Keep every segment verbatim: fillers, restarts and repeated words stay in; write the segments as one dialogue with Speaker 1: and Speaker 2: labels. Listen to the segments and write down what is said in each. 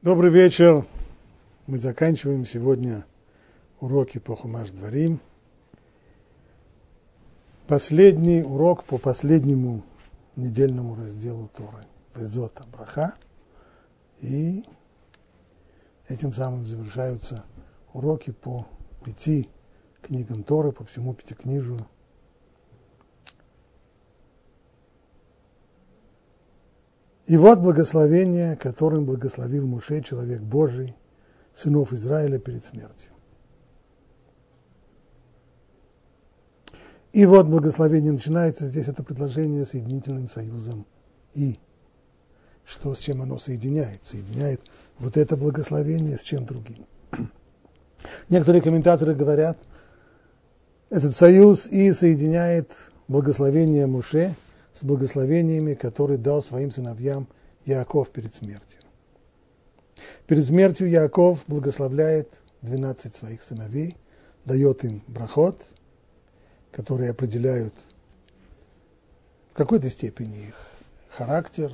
Speaker 1: Добрый вечер. Мы заканчиваем сегодня уроки по Хумаш Дворим. Последний урок по последнему недельному разделу Торы. Везота Браха. И этим самым завершаются уроки по пяти книгам Торы, по всему пятикнижию. И вот благословение, которым благословил Моше, человек Божий, сынов Израиля перед смертью. И вот благословение начинается здесь, это предложение соединительным союзом «и». Что, с чем оно соединяет? Соединяет вот это благословение с чем другим. Некоторые комментаторы говорят, этот союз «и» соединяет благословение Моше с благословениями, которые дал своим сыновьям Яаков перед смертью. Перед смертью Яаков благословляет двенадцать своих сыновей, дает им брахот, которые определяют в какой-то степени их характер,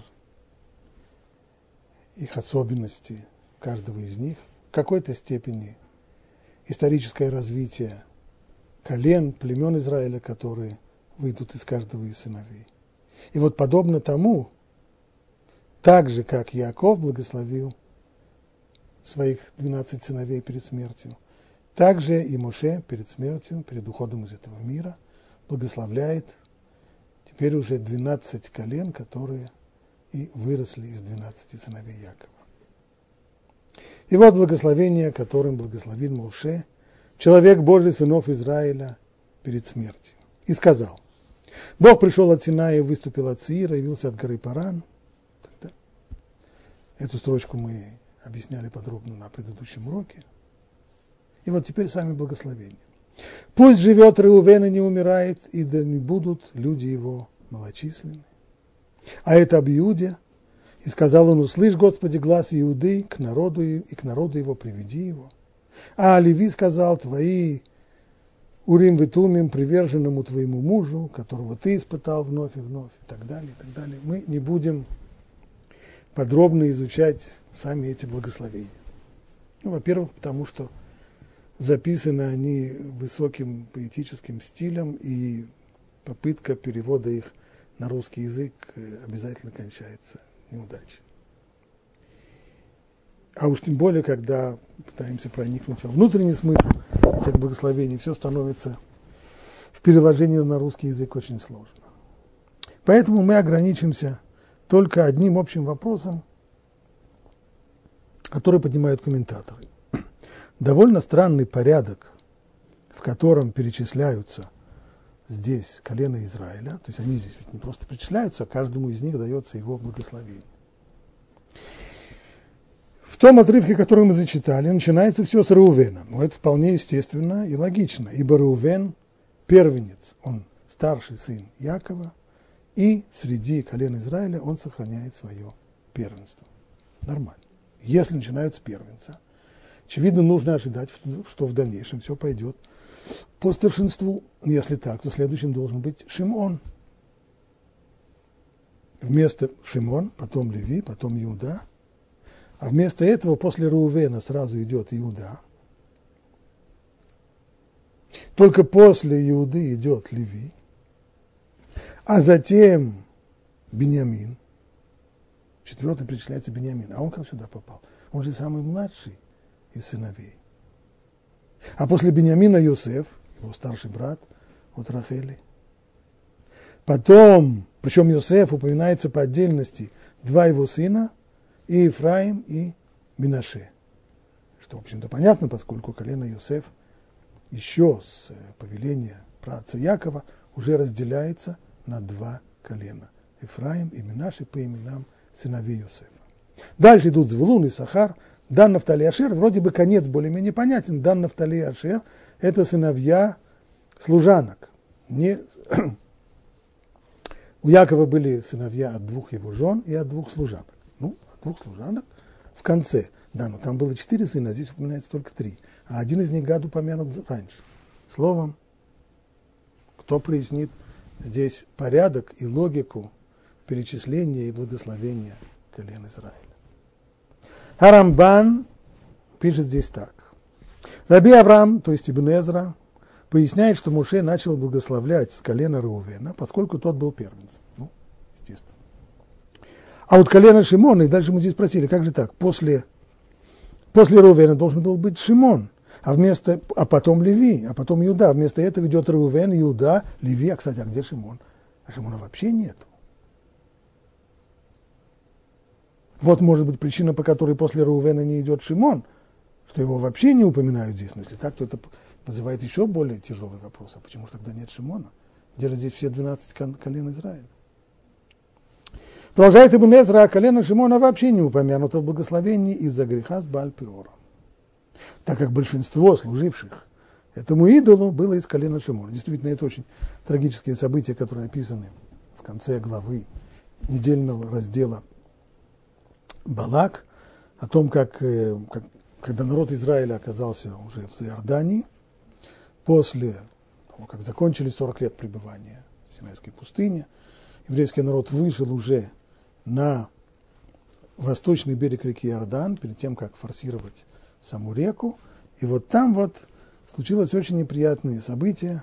Speaker 1: их особенности каждого из них, в какой-то степени историческое развитие колен, племен Израиля, которые выйдут из каждого из сыновей. И вот подобно тому, так же, как Яаков благословил своих двенадцать сыновей перед смертью, так же и Моше перед смертью, перед уходом из этого мира, благословляет теперь уже двенадцать колен, которые и выросли из двенадцати сыновей Якова. И вот благословение, которым благословил Моше, человек Божий, сынов Израиля, перед смертью. И сказал: Бог пришел от Синая, выступил от Сеира, явился от горы Паран. Тогда эту строчку мы объясняли подробно на предыдущем уроке. И вот теперь сами благословения. Пусть живет Реувен и не умирает, и да не будут люди его малочисленны. А это об Иуде. И сказал он: услышь, Господи, глаз Иуды, к народу и к народу его приведи его. А Леви сказал: твои Урим витумим, приверженному твоему мужу, которого ты испытал вновь и вновь, и так далее, и так далее. Мы не будем подробно изучать сами эти благословения. Ну, во-первых, потому что записаны они высоким поэтическим стилем, и попытка перевода их на русский язык обязательно кончается неудачей. А уж тем более, когда пытаемся проникнуть во внутренний смысл этих благословений, все становится в переложении на русский язык очень сложно. Поэтому мы ограничимся только одним общим вопросом, который поднимают комментаторы. Довольно странный порядок, в котором перечисляются здесь колена Израиля, то есть они здесь ведь не просто перечисляются, а каждому из них дается его благословение. В том отрывке, который мы зачитали, начинается все с Реувена. Но это вполне естественно и логично, ибо Реувен – первенец, он старший сын Якова, и среди колен Израиля он сохраняет свое первенство. Нормально. Если начинают с первенца, очевидно, нужно ожидать, что в дальнейшем все пойдет по старшинству. Если так, то следующим должен быть Шимон. Вместо Шимон, потом Леви, потом Иуда. А вместо этого после Реувена сразу идет Иуда. Только после Иуды идет Леви. А затем Биньямин. Четвертый причисляется Биньямин. А он как сюда попал? Он же самый младший из сыновей. А после Биньямина Йосеф, его старший брат от Рахели. Потом, причем Йосеф упоминается по отдельности, два его сына, и Ефраим, и Минаше. Что, в общем-то, понятно, поскольку колено Йосеф еще с повеления праотца Якова уже разделяется на два колена. Ефраим и Минаше по именам сыновей Йосефа. Дальше идут Звулун и Сахар, Дан, Нафтали и Ашер. Вроде бы конец более-менее понятен. Дан, Нафтали и Ашер – это сыновья служанок. Не... У Якова были сыновья от двух его жен и от двух служанок. Ну, двух служанок в конце. Да, но там было четыре сына, а здесь упоминается только три. А один из них Гад упомянут раньше. Словом, кто прояснит здесь порядок и логику перечисления и благословения колен Израиля. А Рамбан пишет здесь так. Раби Авраам, то есть Ибн Эзра, поясняет, что Моше начал благословлять с колена Реувена, поскольку тот был первенцем. Ну, естественно. А вот колено Шимона, и дальше мы здесь спросили, как же так? После, после Реувена должен был быть Шимон, а, вместо, а потом Леви, а потом Иуда. Вместо этого идет Реувен, Иуда, Леви. А, кстати, а где Шимон? А Шимона вообще нету. Вот может быть причина, по которой после Реувена не идет Шимон, что его вообще не упоминают здесь. Но если так, то это вызывает еще более тяжелый вопрос. А почему же тогда нет Шимона? Где же здесь все двенадцать колен Израиля? Продолжает Ибн Эзра, а колено Шимона вообще не упомянуто в благословении из-за греха с Бааль-Пеором, так как большинство служивших этому идолу было из колена Шимона. Действительно, это очень трагические события, которые описаны в конце главы недельного раздела Балак, о том, как, как когда народ Израиля оказался уже в Иордании, после того, как закончились сорок лет пребывания в Синайской пустыне, еврейский народ вышел уже на восточный берег реки Иордан, перед тем, как форсировать саму реку. И вот там вот случилось очень неприятные события.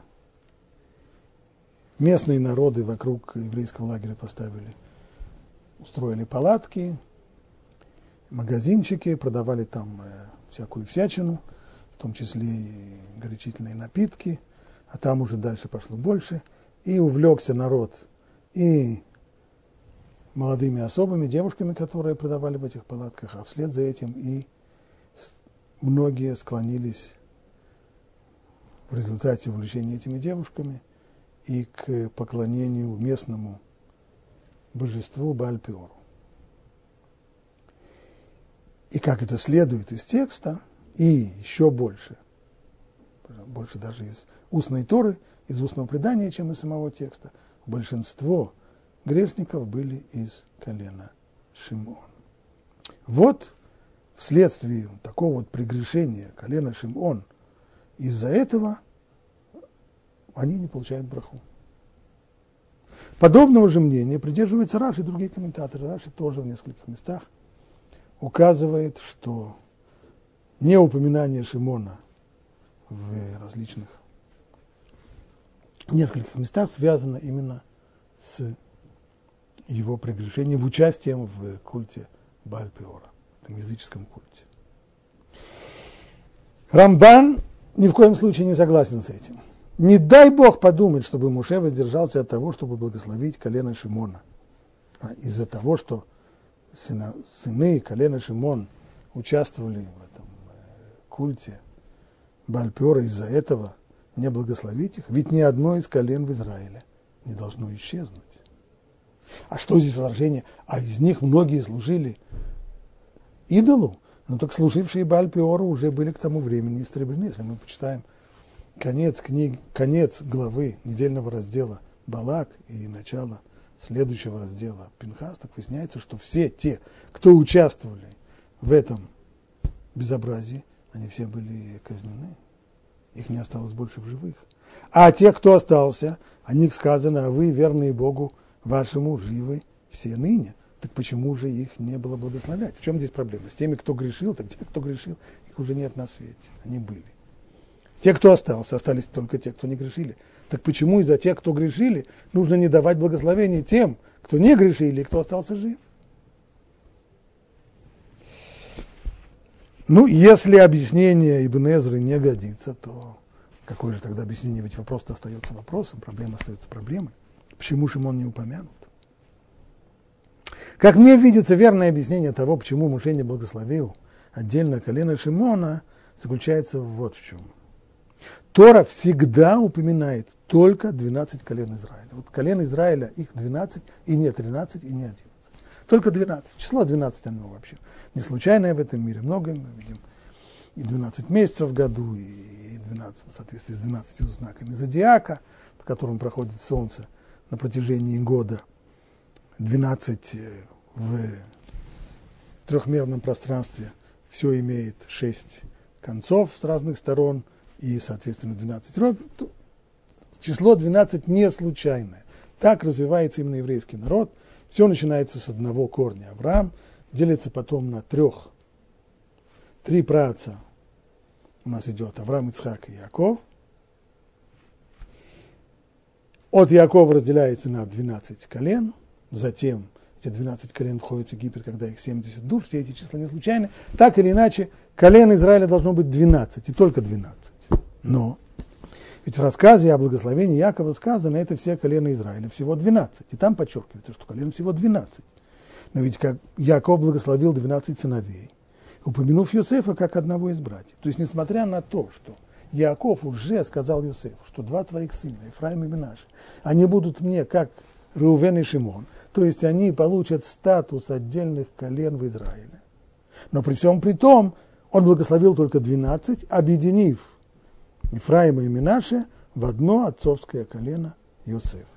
Speaker 1: Местные народы вокруг еврейского лагеря поставили, устроили палатки, магазинчики, продавали там э, всякую всячину, в том числе и горячительные напитки, а там уже дальше пошло больше. И увлекся народ и молодыми особами, девушками, которые продавали в этих палатках, а вслед за этим и многие склонились в результате увлечения этими девушками и к поклонению местному божеству Бааль-Пеору. И как это следует из текста, и еще больше, больше даже из устной Торы, из устного предания, чем из самого текста, большинство грешников были из колена Шимон. Вот вследствие такого вот прегрешения колена Шимон, из-за этого они не получают браху. Подобного же мнения придерживается Раши и другие комментаторы. Раши тоже в нескольких местах указывает, что неупоминание Шимона в различных, в нескольких местах связано именно с его прегрешением, участием в культе Бааль-Пеора, в этом языческом культе. Рамбан ни в коем случае не согласен с этим. Не дай Бог подумать, чтобы Моше воздержался от того, чтобы благословить колено Шимона. А из-за того, что сына, сыны колена Шимон участвовали в этом культе Бааль-Пеора, из-за этого не благословить их. Ведь ни одно из колен в Израиле не должно исчезнуть. А что здесь возражение? А из них многие служили идолу. Ну так служившие Бааль-Пеору уже были к тому времени истреблены. Если мы почитаем конец книги, конец главы недельного раздела Балак и начало следующего раздела Пинхас, так выясняется, что все те, кто участвовали в этом безобразии, они все были казнены. Их не осталось больше в живых. А те, кто остался, о них сказано, а вы, верные Богу вашему, живы все ныне. Так почему же их не было благословлять? В чем здесь проблема? С теми, кто грешил, так те, кто грешил, их уже нет на свете. Они были. Те, кто остался, остались только те, кто не грешили. Так почему из-за тех, кто грешили, нужно не давать благословения тем, кто не грешили и кто остался жив? Ну, если объяснение Ибн Эзры не годится, то какое же тогда объяснение? Ведь вопрос-то остается вопросом, проблема остается проблемой. Почему Шимон не упомянут? Как мне видится, верное объяснение того, почему Моше не благословил отдельно колено Шимона, заключается вот в чем. Тора всегда упоминает только двенадцать колен Израиля. Вот колен Израиля, их двенадцать, и не тринадцать, и не одиннадцать. Только двенадцать. Число двенадцать оно вообще не случайное в этом мире. Много мы видим и двенадцать месяцев в году, и двенадцать в соответствии с двенадцатью знаками зодиака, по которым проходит Солнце на протяжении года. двенадцать в трехмерном пространстве. Все имеет шесть концов с разных сторон. И, соответственно, двенадцать роб. Число двенадцать не случайное. Так развивается именно еврейский народ. Все начинается с одного корня. Авраам делится потом на трех три праотца у нас идет Авраам, Ицхак и Яков. От Якова разделяется на двенадцать колен, затем эти двенадцать колен входят в Египет, когда их семьдесят душ, все эти числа не случайны. Так или иначе, колен Израиля должно быть двенадцать, и только двенадцать. Но ведь в рассказе о благословении Якова сказано, это все колена Израиля, всего двенадцать. И там подчеркивается, что колен всего двенадцать. Но ведь как Яков благословил двенадцать сыновей, упомянув Йосефа как одного из братьев. То есть, несмотря на то, что Яков уже сказал Йосефу, что два твоих сына, Ефраим и Менаше, они будут мне как Реувен и Шимон, то есть они получат статус отдельных колен в Израиле. Но при всем при том, он благословил только двенадцать, объединив Ефраима и Менаше в одно отцовское колено Йосеф.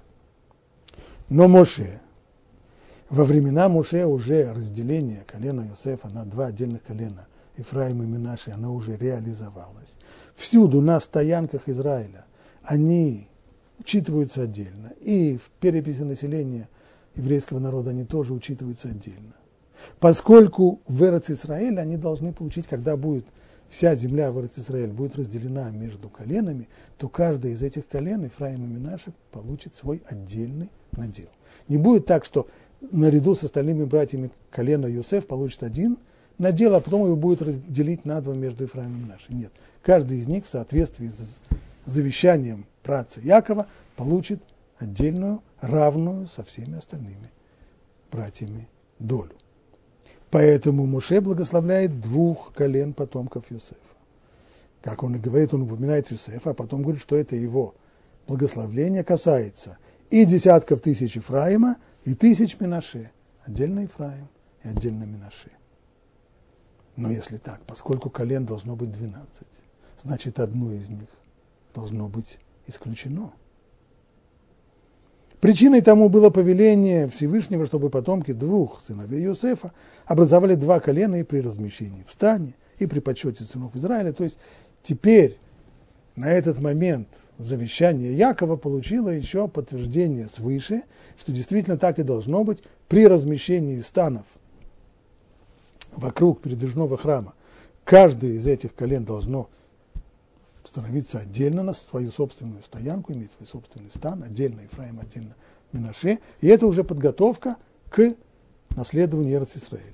Speaker 1: Но Моше, во времена Моше уже разделение колена Йосефа на два отдельных колена, Ефраим и Менаше, оно уже реализовалось. Всюду на стоянках Израиля они учитываются отдельно. И в переписи населения еврейского народа они тоже учитываются отдельно. Поскольку в Эрец-Исраэль они должны получить, когда будет вся земля в Эрец-Исраэль будет разделена между коленами, то каждое из этих колен, Ефраим и Менаше, получит свой отдельный надел. Не будет так, что наряду с остальными братьями колена Йосеф получит один надел, а потом его будет разделить на два между Ефраимом и Менаше. Нет. Каждый из них в соответствии с завещанием праотца Якова получит отдельную, равную со всеми остальными братьями долю. Поэтому Моше благословляет двух колен потомков Йосефа. Как он и говорит, он упоминает Йосефа, а потом говорит, что это его благословление касается и десятков тысяч Ефраима, и тысяч Менаше. Отдельно Ефраим и отдельно Менаше. Но если так, поскольку колен должно быть двенадцать, значит, одно из них должно быть исключено. Причиной тому было повеление Всевышнего, чтобы потомки двух сыновей Йосефа образовали два колена и при размещении в стане, и при подсчете сынов Израиля. То есть теперь на этот момент завещание Якова получило еще подтверждение свыше, что действительно так и должно быть при размещении станов вокруг передвижного храма. Каждый из этих колен должно становиться отдельно на свою собственную стоянку, иметь свой собственный стан, отдельно Ефраим, отдельно Менаше. И это уже подготовка к наследованию Эрец-Исраэль.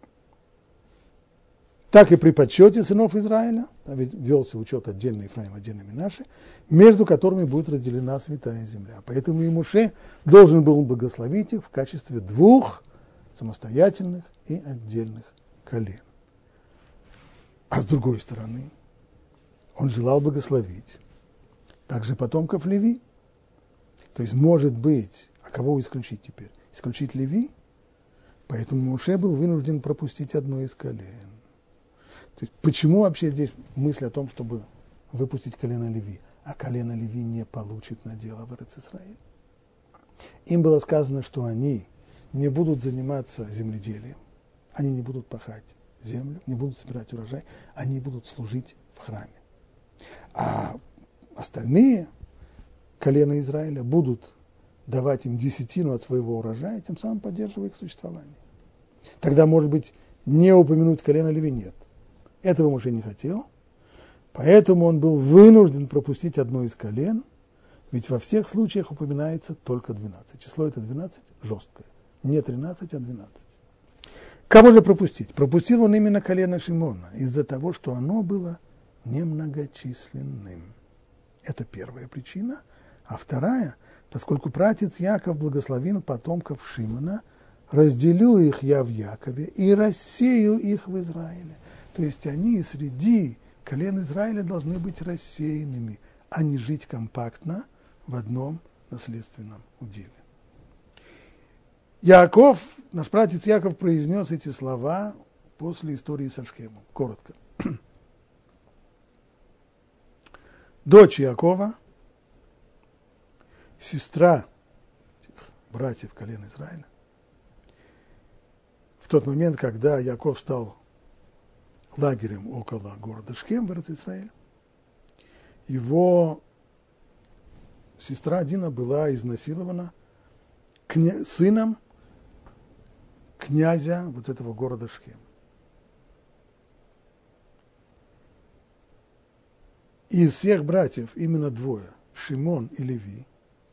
Speaker 1: Так и при подсчете сынов Израиля, ведь велся учет отдельно Ефраим, отдельно Менаше, между которыми будет разделена святая земля. Поэтому и Моше должен был благословить их в качестве двух самостоятельных и отдельных колен. А с другой стороны, он желал благословить также потомков Леви. То есть, может быть, а кого исключить теперь? Исключить Леви? Поэтому Моше был вынужден пропустить одно из колен. То есть, почему вообще здесь мысль о том, чтобы выпустить колено Леви? А колено Леви не получит надела в Эрец-Исраэль. Им было сказано, что они не будут заниматься земледелием, они не будут пахать землю, не будут собирать урожай, они будут служить в храме. А остальные колена Израиля будут давать им десятину от своего урожая, тем самым поддерживая их существование. Тогда, может быть, не упомянуть колено Леви? Нет. Этого Моше не хотел, поэтому он был вынужден пропустить одно из колен, ведь во всех случаях упоминается только двенадцать. Число это двенадцать жесткое, не тринадцать, а двенадцать. Кого же пропустить? Пропустил он именно колено Шимона, из-за того, что оно было немногочисленным. Это первая причина. А вторая, поскольку пратец Яков благословил потомков Шимона, разделю их я в Якове и рассею их в Израиле. То есть они среди колен Израиля должны быть рассеянными, а не жить компактно в одном наследственном уделе. Яков, наш пратец Яков произнес эти слова после истории со Шхемом. Коротко. Дочь Якова, сестра братьев колен Израиля, в тот момент, когда Яков стал лагерем около города Шхем в Эрец-Исраэль, его сестра Дина была изнасилована кня- сыном князя вот этого города Шхем. из всех братьев именно двое, Шимон и Леви,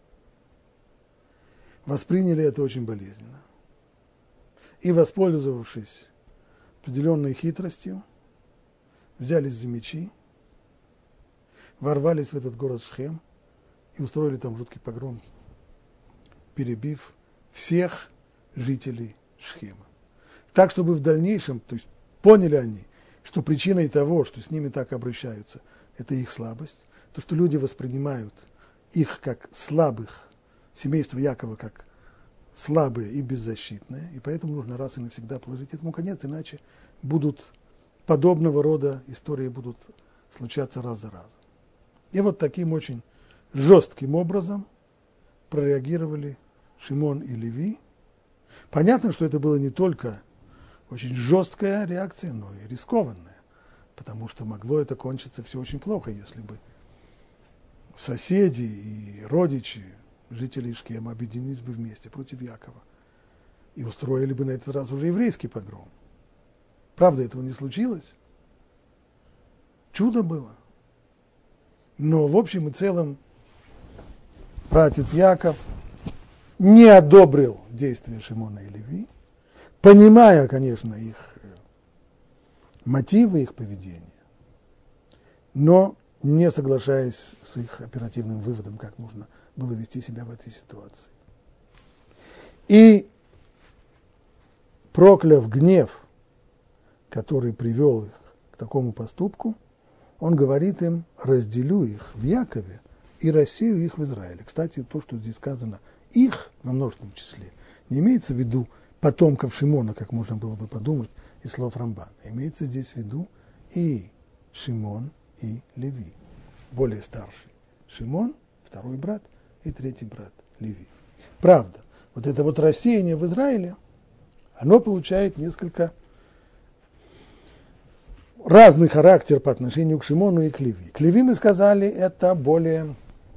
Speaker 1: восприняли это очень болезненно. И, воспользовавшись определенной хитростью, взялись за мечи, ворвались в этот город Шхем и устроили там жуткий погром, перебив всех жителей Шхема. Так, чтобы в дальнейшем, то есть поняли они, что причиной того, что с ними так обращаются, это их слабость, то, что люди воспринимают их как слабых, семейство Якова как слабые и беззащитные, и поэтому нужно раз и навсегда положить этому конец, иначе будут подобного рода истории будут случаться раз за разом. И вот таким очень жестким образом прореагировали Шимон и Леви. Понятно, что это было не только очень жесткая реакция, но и рискованная, потому что могло это кончиться все очень плохо, если бы соседи и родичи жителей Шхема объединились бы вместе против Якова и устроили бы на этот раз уже еврейский погром. Правда, этого не случилось. Чудо было. Но в общем и целом братец Яков не одобрил действия Шимона и Леви, понимая, конечно, их мотивы, их поведение, но не соглашаясь с их оперативным выводом, как нужно было вести себя в этой ситуации. И, прокляв гнев, который привел их к такому поступку, он говорит им: разделю их в Якове и рассею их в Израиле. Кстати, то, что здесь сказано «их» во множественном числе, не имеется в виду потомков Шимона, как можно было бы подумать из слов Рамбана. Имеется здесь в виду и Шимон, и Леви. Более старший Шимон, второй брат, и третий брат Леви. Правда, вот это вот рассеяние в Израиле, оно получает несколько разный характер по отношению к Шимону и к Леви. К Леви мы сказали это более,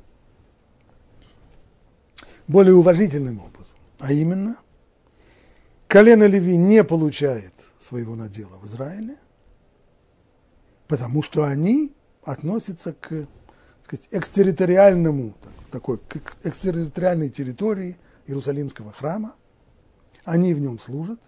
Speaker 1: более уважительным образом, а именно колено Леви не получает своего надела в Израиле, потому что они относятся к, так сказать, экстерриториальному, такой, к экстерриториальной территории Иерусалимского храма. Они в нем служат,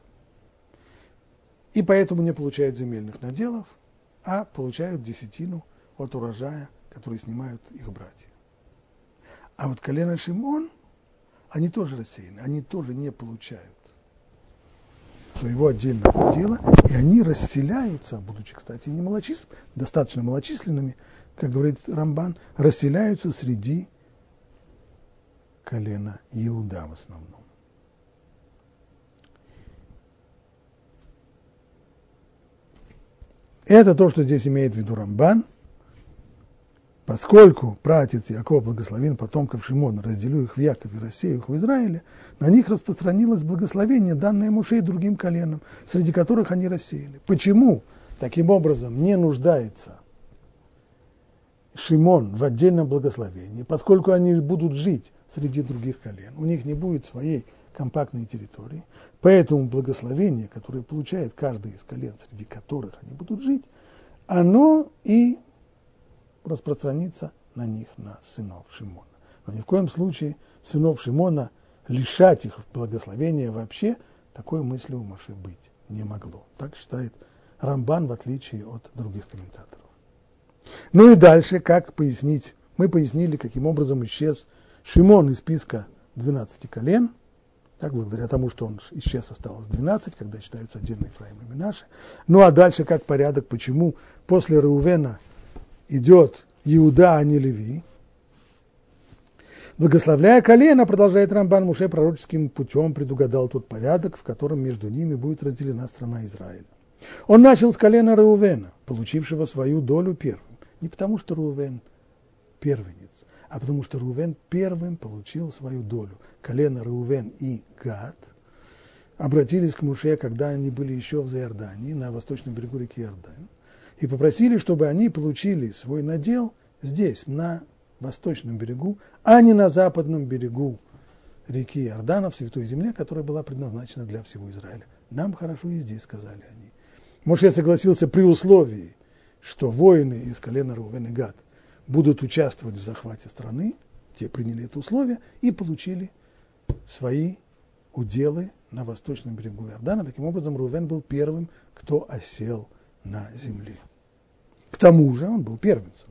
Speaker 1: и поэтому не получают земельных наделов, а получают десятину от урожая, который снимают их братья. А вот колено Шимон, они тоже рассеяны, они тоже не получают своего отдельного дела, и они расселяются, будучи, кстати, не малочис... достаточно малочисленными, как говорит Рамбан, расселяются среди колена Иуда в основном. Это то, что здесь имеет в виду Рамбан. Поскольку пратец Яков благословен потомков Шимона, разделю их в Якове, рассею их в Израиле, на них распространилось благословение, данное Моше и другим коленам, среди которых они рассеяли. Почему таким образом не нуждается Шимон в отдельном благословении? Поскольку они будут жить среди других колен, у них не будет своей компактной территории, поэтому благословение, которое получает каждый из колен, среди которых они будут жить, оно и распространится на них, на сынов Шимона. Но ни в коем случае сынов Шимона лишать их благословения вообще, такой мысли у Моше быть не могло. Так считает Рамбан, в отличие от других комментаторов. Ну и дальше, как пояснить? Мы пояснили, каким образом исчез Шимон из списка двенадцати колен. Так, благодаря тому, что он исчез, осталось двенадцать, когда считаются отдельно Ефраим и Менаше. Ну а дальше как порядок, почему после Реувена идет Иуда, а не Леви. Благословляя колено, продолжает Рамбан, Моше пророческим путем предугадал тот порядок, в котором между ними будет разделена страна Израиля. Он начал с колена Реувена, получившего свою долю первым. Не потому, что Реувен первенец, а потому, что Реувен первым получил свою долю. Колено Реувен и Гад обратились к Моше, когда они были еще в Заиордании, на восточном берегу реки Иордан, и попросили, чтобы они получили свой надел здесь, на восточном берегу, а не на западном берегу реки Иордана, в Святой Земле, которая была предназначена для всего Израиля. Нам хорошо и здесь, сказали они. Моше согласился при условии, что воины из колена Реувен и Гад будут участвовать в захвате страны, те приняли это условие и получили свои уделы на восточном берегу Иордана. Таким образом, Рувен был первым, кто осел на земле. К тому же он был первенцем.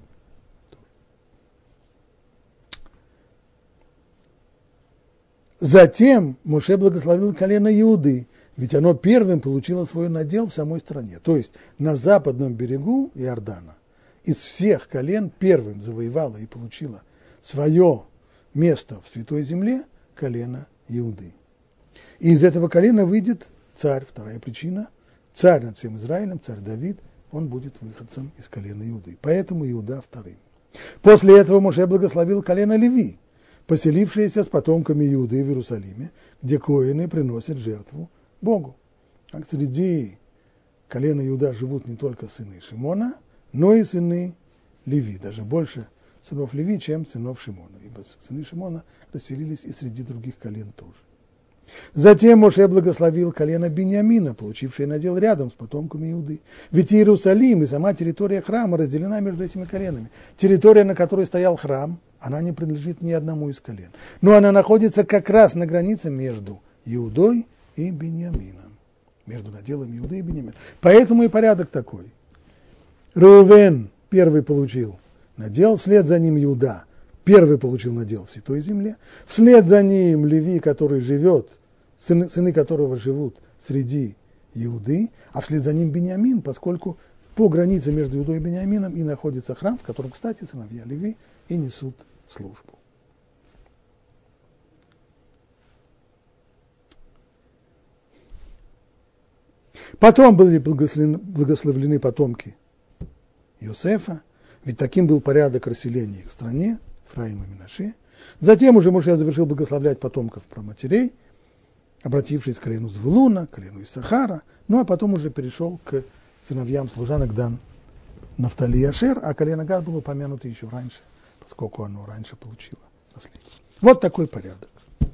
Speaker 1: Затем Моше благословил колено Иуды, ведь оно первым получило свой надел в самой стране. То есть на западном берегу Иордана из всех колен первым завоевало и получило свое место в Святой Земле колено Иуды. И из этого колена выйдет царь, вторая причина, царь над всем Израилем, царь Давид, он будет выходцем из колена Иуды. Поэтому Иуда вторым. После этого Моше благословил колено Леви, поселившиеся с потомками Иуды в Иерусалиме, где коэны приносят жертву Богу. Так, среди колена Иуда живут не только сыны Шимона, но и сыны Леви, даже больше сынов Леви, чем сынов Шимона, ибо сыны Шимона расселились и среди других колен тоже. Затем Моше благословил колено Биньямина, получившее надел рядом с потомками Иуды. Ведь Иерусалим и сама территория храма разделена между этими коленами. Территория, на которой стоял храм, она не принадлежит ни одному из колен. Но она находится как раз на границе между Иудой и Биньямином. Между наделами Иуды и Биньямина. Поэтому и порядок такой. Реувен первый получил надел, вслед за ним Иуда первый получил надел в Святой Земле, вслед за ним Леви, который живет, сыны, сыны которого живут среди Иуды, а вслед за ним Биньямин, поскольку по границе между Иудой и Биньямином и находится храм, в котором, кстати, сыновья Леви и несут службу. Потом были благословлены, благословлены потомки Иосифа, ведь таким был порядок расселения их в стране, Ефраим и Менаше. Затем уже Моше завершил благословлять потомков праматерей, обратившись к колену Звулуна, к колену Иссахара, ну а потом уже перешел к сыновьям служанок Дан, Нафтали и Ашер, а колено Гад было упомянуто еще раньше, поскольку оно раньше получило наследие. Вот такой порядок.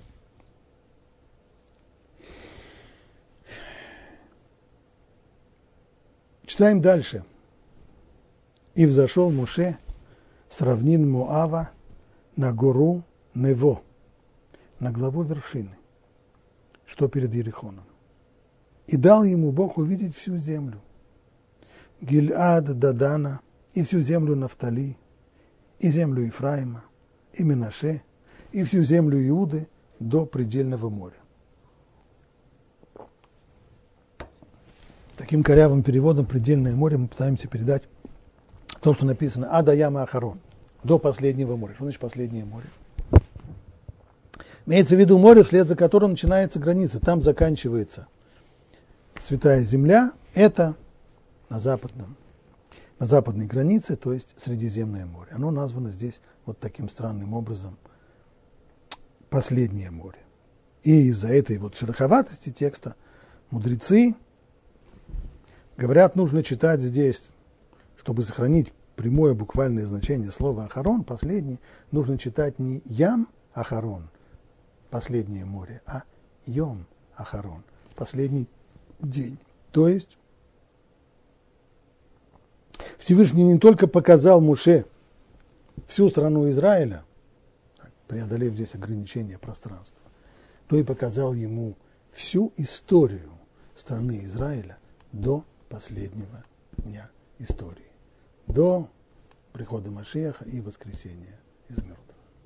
Speaker 1: Читаем дальше. «И взошел Моше с равнин Моава на гору Нево, на главу вершины, что перед Ерихоном. И дал ему Бог увидеть всю землю, Гильад до Дана, и всю землю Нафтали, и землю Ефраима, и Менаше, и всю землю Иуды до предельного моря». Таким корявым переводом «предельное море» мы пытаемся передать то, что написано «Ада Яма Ахарон», до последнего моря. Что значит последнее море? Имеется в виду море, вслед за которым начинается граница. Там заканчивается Святая Земля. Это на западном, на западной границе, то есть Средиземное море. Оно названо здесь вот таким странным образом «последнее море». И из-за этой вот шероховатости текста мудрецы говорят, нужно читать здесь, чтобы сохранить прямое буквальное значение слова «Ахарон», последний, нужно читать не «Ям Ахарон», последнее море, а «Йом Ахарон», последний день. То есть Всевышний не только показал Моше всю страну Израиля, преодолев здесь ограничение пространства, но и показал ему всю историю страны Израиля до последнего дня истории, до прихода Машиаха и воскресения из мертвых.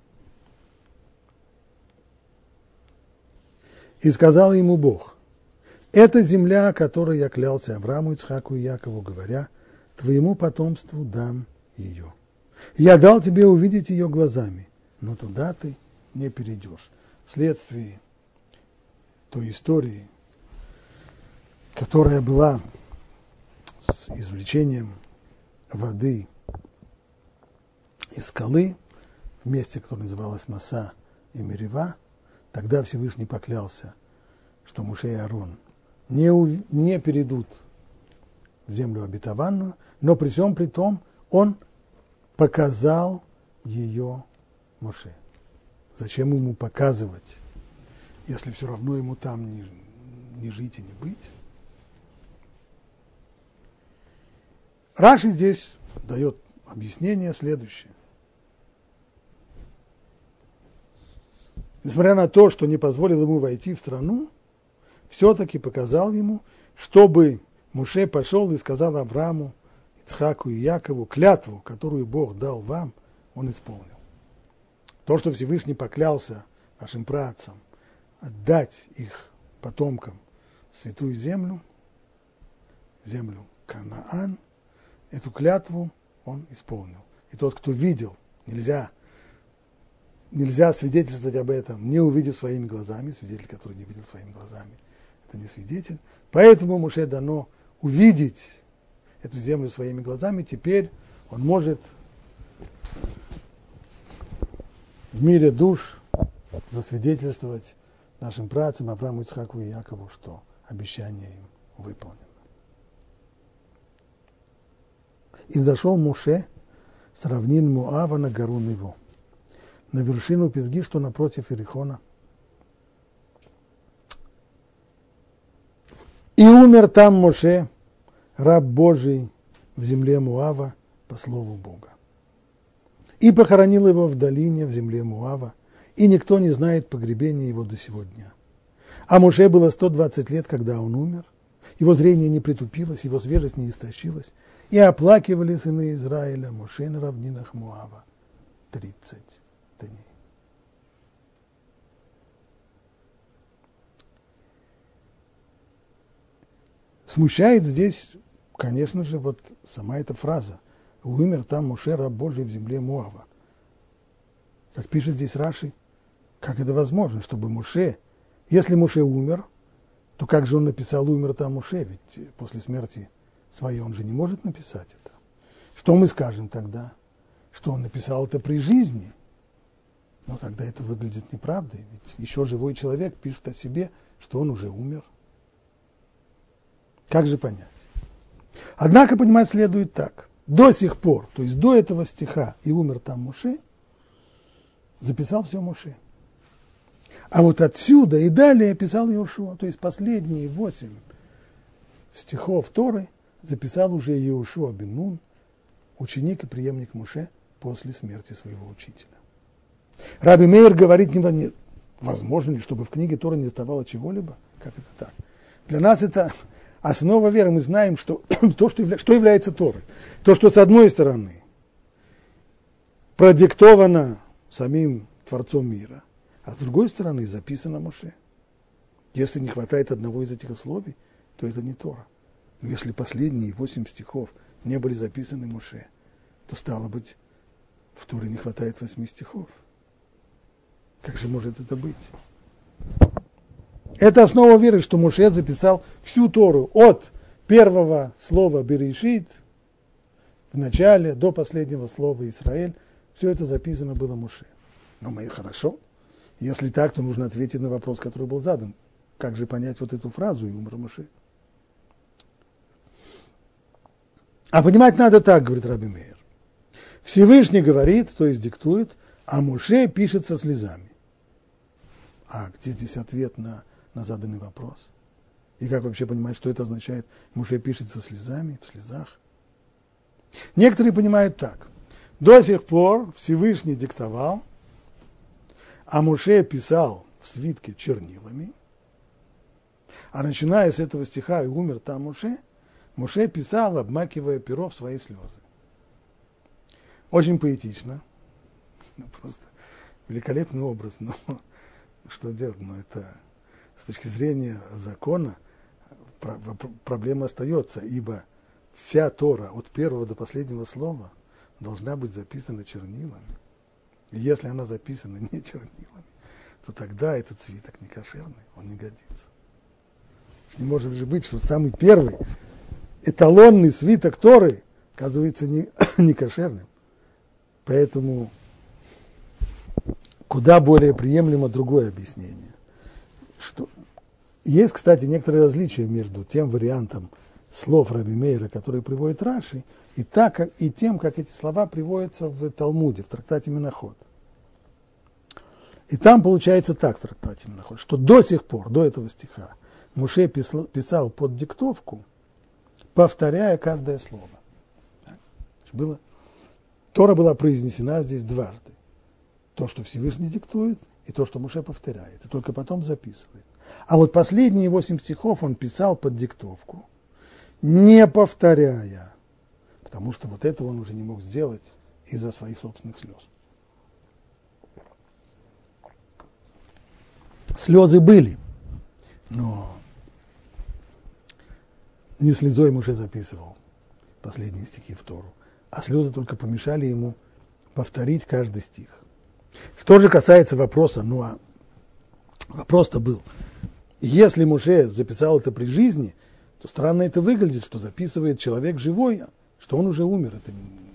Speaker 1: И сказал ему Бог: «Это земля, которой я клялся Аврааму, Ицхаку и Якову, говоря, твоему потомству дам ее. Я дал тебе увидеть ее глазами, но туда ты не перейдешь». Вследствие той истории, которая была с извлечением воды из скалы, в месте, которое называлось Маса и Мерива, тогда Всевышний поклялся, что Моше и Аарон не, ув... не перейдут в землю обетованную, но при всем при том он показал ее Моше. Зачем ему показывать, если все равно ему там не, не жить и не быть? Раши здесь дает объяснение следующее. несмотря на то, что не позволил ему войти в страну, все-таки показал ему, чтобы Моше пошел и сказал Аврааму, Ицхаку и Якову, клятву, которую Бог дал вам, он исполнил. То, что Всевышний поклялся нашим праотцам отдать их потомкам святую землю, землю Канаан, эту клятву он исполнил. И тот, кто видел, нельзя, нельзя свидетельствовать об этом, не увидев своими глазами, свидетель, который не видел своими глазами, это не свидетель. Поэтому Моше дано увидеть эту землю своими глазами. Теперь он может в мире душ засвидетельствовать нашим праотцам Аврааму, Ицхаку и Якову, что обещание им выполнено. И взошел Моше с равнин Моава на гору Неву, на вершину Пизги, что напротив Иерихона. И умер там Моше, раб Божий, в земле Моава, по слову Бога. И похоронил его в долине, в земле Моава, и никто не знает погребения его до сего дня. А Моше было сто двадцать лет, когда он умер, его зрение не притупилось, его свежесть не истощилась, и оплакивали сыны Израиля Моше на равнинах Моава тридцать дней. Смущает здесь, конечно же, вот сама эта фраза «Умер там Моше, раб Божий, в земле Моава». Как пишет здесь Раши, как это возможно, чтобы Моше, если Моше умер, то как же он написал «Умер там Моше», ведь после смерти своей он же не может написать это. Что мы скажем тогда? Что он написал это при жизни? Но тогда это выглядит неправдой, ведь еще живой человек пишет о себе, что он уже умер. Как же понять? Однако понимать следует так. До сих пор, то есть до этого стиха «И умер там Моше», записал все Моше. А вот отсюда и далее писал Йошуа, то есть последние восемь стихов Торы записал уже Йошуа бен Нун, ученик и преемник Моше, после смерти своего учителя. Раби Меир говорит, не, возможно ли, чтобы в книге Торы не оставало чего-либо? Как это так? Для нас это основа веры. Мы знаем, что то, что, явля, что является Торой. То, что с одной стороны продиктовано самим Творцом мира, а с другой стороны записано Моше. Если не хватает одного из этих условий, то это не Тора. Но если последние восемь стихов не были записаны Моше, то, стало быть, в Торе не хватает восьми стихов. Как же может это быть? Это основа веры, что Моше записал всю Тору от первого слова Берешит в начале до последнего слова Израиль. Все это записано было Моше. Но мы хорошо. Если так, то нужно ответить на вопрос, который был задан. Как же понять вот эту фразу «И умер Моше»? А понимать надо так, говорит Раби Меир. Всевышний говорит, то есть диктует, а Моше пишет со слезами. А где здесь ответ на, на заданный вопрос? И как вообще понимать, что это означает? Моше пишет со слезами, в слезах. Некоторые понимают так. До сих пор Всевышний диктовал, а Моше писал в свитке чернилами, а начиная с этого стиха «И умер там Моше», Моше писал, обмакивая перо в свои слезы. Очень поэтично, просто великолепный образ, но что делать? Но это с точки зрения закона проблема остается, ибо вся Тора от первого до последнего слова должна быть записана чернилами. И если она записана не чернилами, то тогда этот свиток не кошерный, он не годится. Не может же быть, что самый первый эталонный свиток Торы оказывается не, не кошерным. Поэтому куда более приемлемо другое объяснение. Что есть, кстати, некоторые различия между тем вариантом слов Раби Меира, который приводит Раши, и, так, как, и тем, как эти слова приводятся в Талмуде, в трактате Менахот. И там получается так в трактате Менахот, что до сих пор, до этого стиха, Моше писал, писал под диктовку, повторяя каждое слово. Было, Тора была произнесена здесь дважды. То, что Всевышний диктует, и то, что Моше повторяет, и только потом записывает. А вот последние восемь стихов он писал под диктовку, не повторяя, потому что вот этого он уже не мог сделать из-за своих собственных слез. Слезы были, но не слезой Моше записывал последние стихи в Тору, а слезы только помешали ему повторить каждый стих. Что же касается вопроса, ну а вопрос-то был, если Моше записал это при жизни, то странно это выглядит, что записывает человек живой, что он уже умер. Это...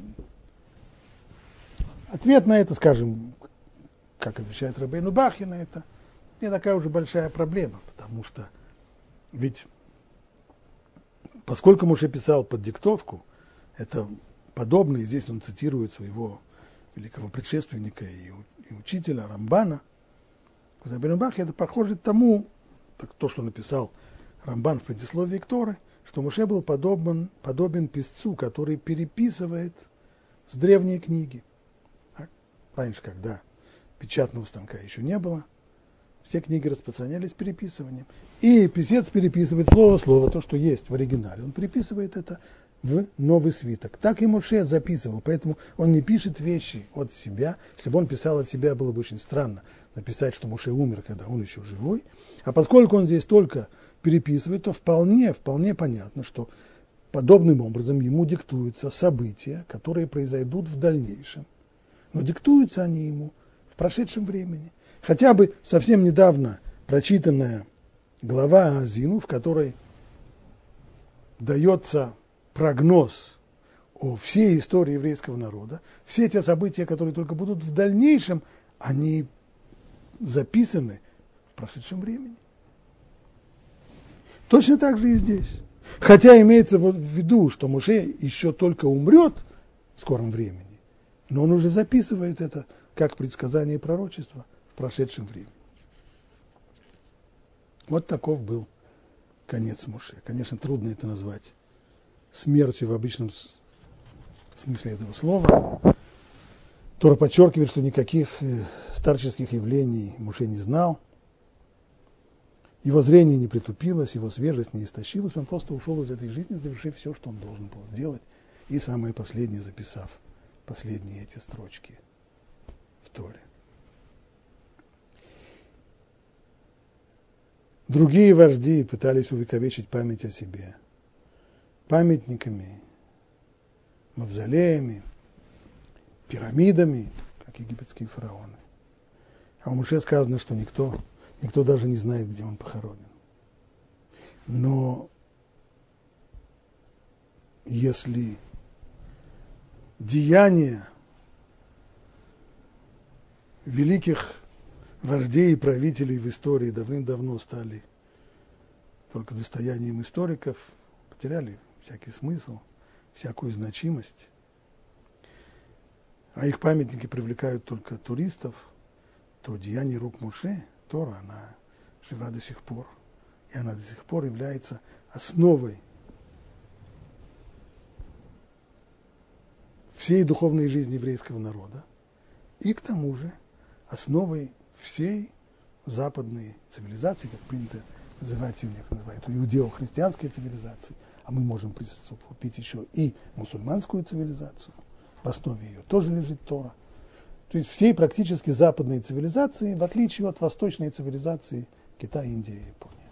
Speaker 1: Ответ на это, скажем, как отвечает Рабейну Бахья, это не такая уже большая проблема, потому что ведь поскольку Моше писал под диктовку, это подобно, и здесь он цитирует своего великого предшественника и, и учителя Рамбана, Рабейну Бахья, это похоже тому, так, то, что написал Рамбан в предисловии к Торе, что Моше был подобен, подобен писцу, который переписывает с древней книги. Так? Раньше, когда печатного станка еще не было, все книги распространялись переписыванием. И писец переписывает слово в слово, то, что есть в оригинале. Он переписывает это в новый свиток. Так и Моше записывал, поэтому он не пишет вещи от себя. Если бы он писал от себя, было бы очень странно написать, что Моше умер, когда он еще живой. А поскольку он здесь только переписывает, то вполне, вполне понятно, что подобным образом ему диктуются события, которые произойдут в дальнейшем. Но диктуются они ему в прошедшем времени. Хотя бы совсем недавно прочитанная глава Аазину, в которой дается прогноз о всей истории еврейского народа, все те события, которые только будут в дальнейшем, они записаны в прошедшем времени. Точно так же и здесь. Хотя имеется в виду, что Моше еще только умрет в скором времени, но он уже записывает это как предсказание и пророчество в прошедшем времени. Вот таков был конец Моше. Конечно, трудно это назвать смертью в обычном смысле этого слова. Тора подчеркивает, что никаких старческих явлений Моше не знал. Его зрение не притупилось, его свежесть не истощилась. Он просто ушел из этой жизни, завершив все, что он должен был сделать, и самое последнее записав последние эти строчки в Торе. Другие вожди пытались увековечить память о себе памятниками, мавзолеями, пирамидами, как египетские фараоны. А у Моше сказано, что никто, никто даже не знает, где он похоронен. Но если деяния великих вождей и правителей в истории давным-давно стали только достоянием историков, потеряли всякий смысл, всякую значимость, а их памятники привлекают только туристов, то деяние рук Моше, Тора, она жива до сих пор, и она до сих пор является основой всей духовной жизни еврейского народа и к тому же основой всей западной цивилизации, как принято называть ее, некоторые называют иудео-христианской цивилизацией, а мы можем присовокупить еще и мусульманскую цивилизацию, в основе ее тоже лежит Тора. То есть всей практически западной цивилизации, в отличие от восточной цивилизации Китая, Индии и Японии.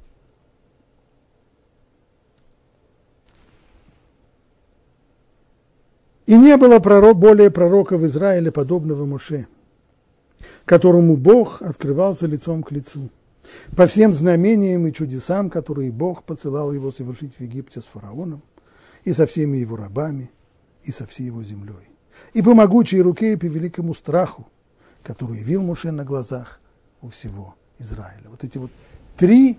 Speaker 1: И не было пророк, более пророка в Израиле, подобного Моше, которому Бог открывался лицом к лицу, по всем знамениям и чудесам, которые Бог посылал его совершить в Египте с фараоном, и со всеми его рабами, и со всей его землей, и по могучей руке, и по великому страху, который явил Моше на глазах у всего Израиля. Вот эти вот три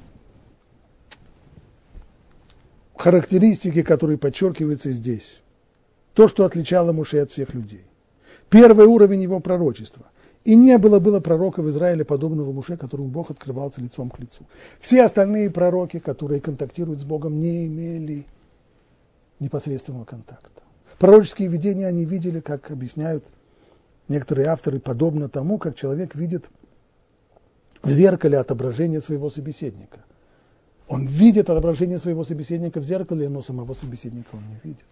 Speaker 1: характеристики, которые подчеркиваются здесь. То, что отличало Моше от всех людей. Первый уровень его пророчества. И не было, было пророка в Израиле, подобного Моше, которому Бог открывался лицом к лицу. Все остальные пророки, которые контактируют с Богом, не имели непосредственного контакта. Пророческие видения они видели, как объясняют некоторые авторы, подобно тому, как человек видит в зеркале отображение своего собеседника. Он видит отображение своего собеседника в зеркале, но самого собеседника он не видит.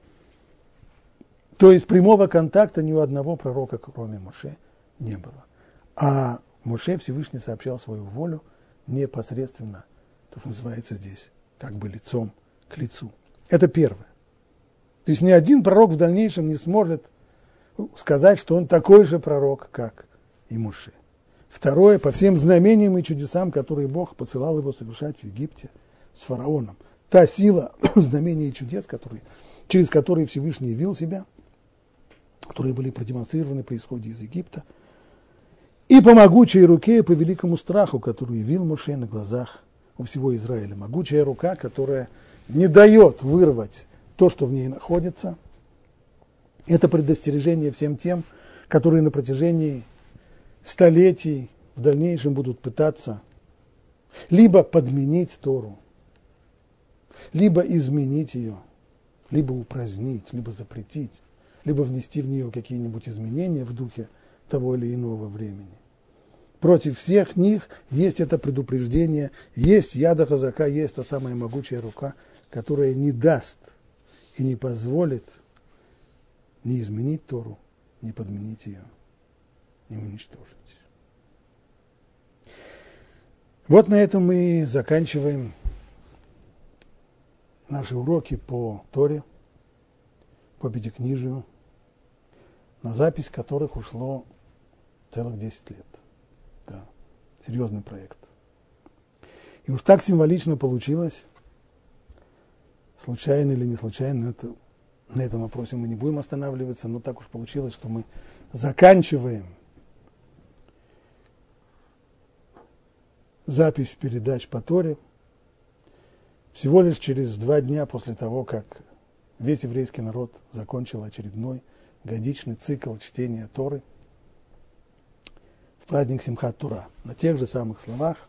Speaker 1: То есть прямого контакта ни у одного пророка, кроме Моше, не было. А Моше Всевышний сообщал свою волю непосредственно, то, что называется здесь, как бы лицом к лицу. Это первое. То есть ни один пророк в дальнейшем не сможет сказать, что он такой же пророк, как и Моше. Второе, по всем знамениям и чудесам, которые Бог посылал его совершать в Египте с фараоном. Та сила знамений и чудес, которые, через которые Всевышний явил себя, которые были продемонстрированы при исходе из Египта, и по могучей руке, и по великому страху, который явил Моше на глазах у всего Израиля. Могучая рука, которая не дает вырвать то, что в ней находится. Это предостережение всем тем, которые на протяжении столетий в дальнейшем будут пытаться либо подменить Тору, либо изменить ее, либо упразднить, либо запретить, либо внести в нее какие-нибудь изменения в духе того или иного времени. Против всех них есть это предупреждение, есть яда хазака, есть та самая могучая рука, которая не даст и не позволит не изменить Тору, не подменить ее, не уничтожить. Вот на этом мы заканчиваем наши уроки по Торе, по Пятикнижию, на запись которых ушло целых десять лет. Да, серьезный проект. И уж так символично получилось, случайно или не случайно, это, на этом вопросе мы не будем останавливаться, но так уж получилось, что мы заканчиваем запись передач по Торе всего лишь через два дня после того, как весь еврейский народ закончил очередной годичный цикл чтения Торы в праздник Симхат Тора, на тех же самых словах.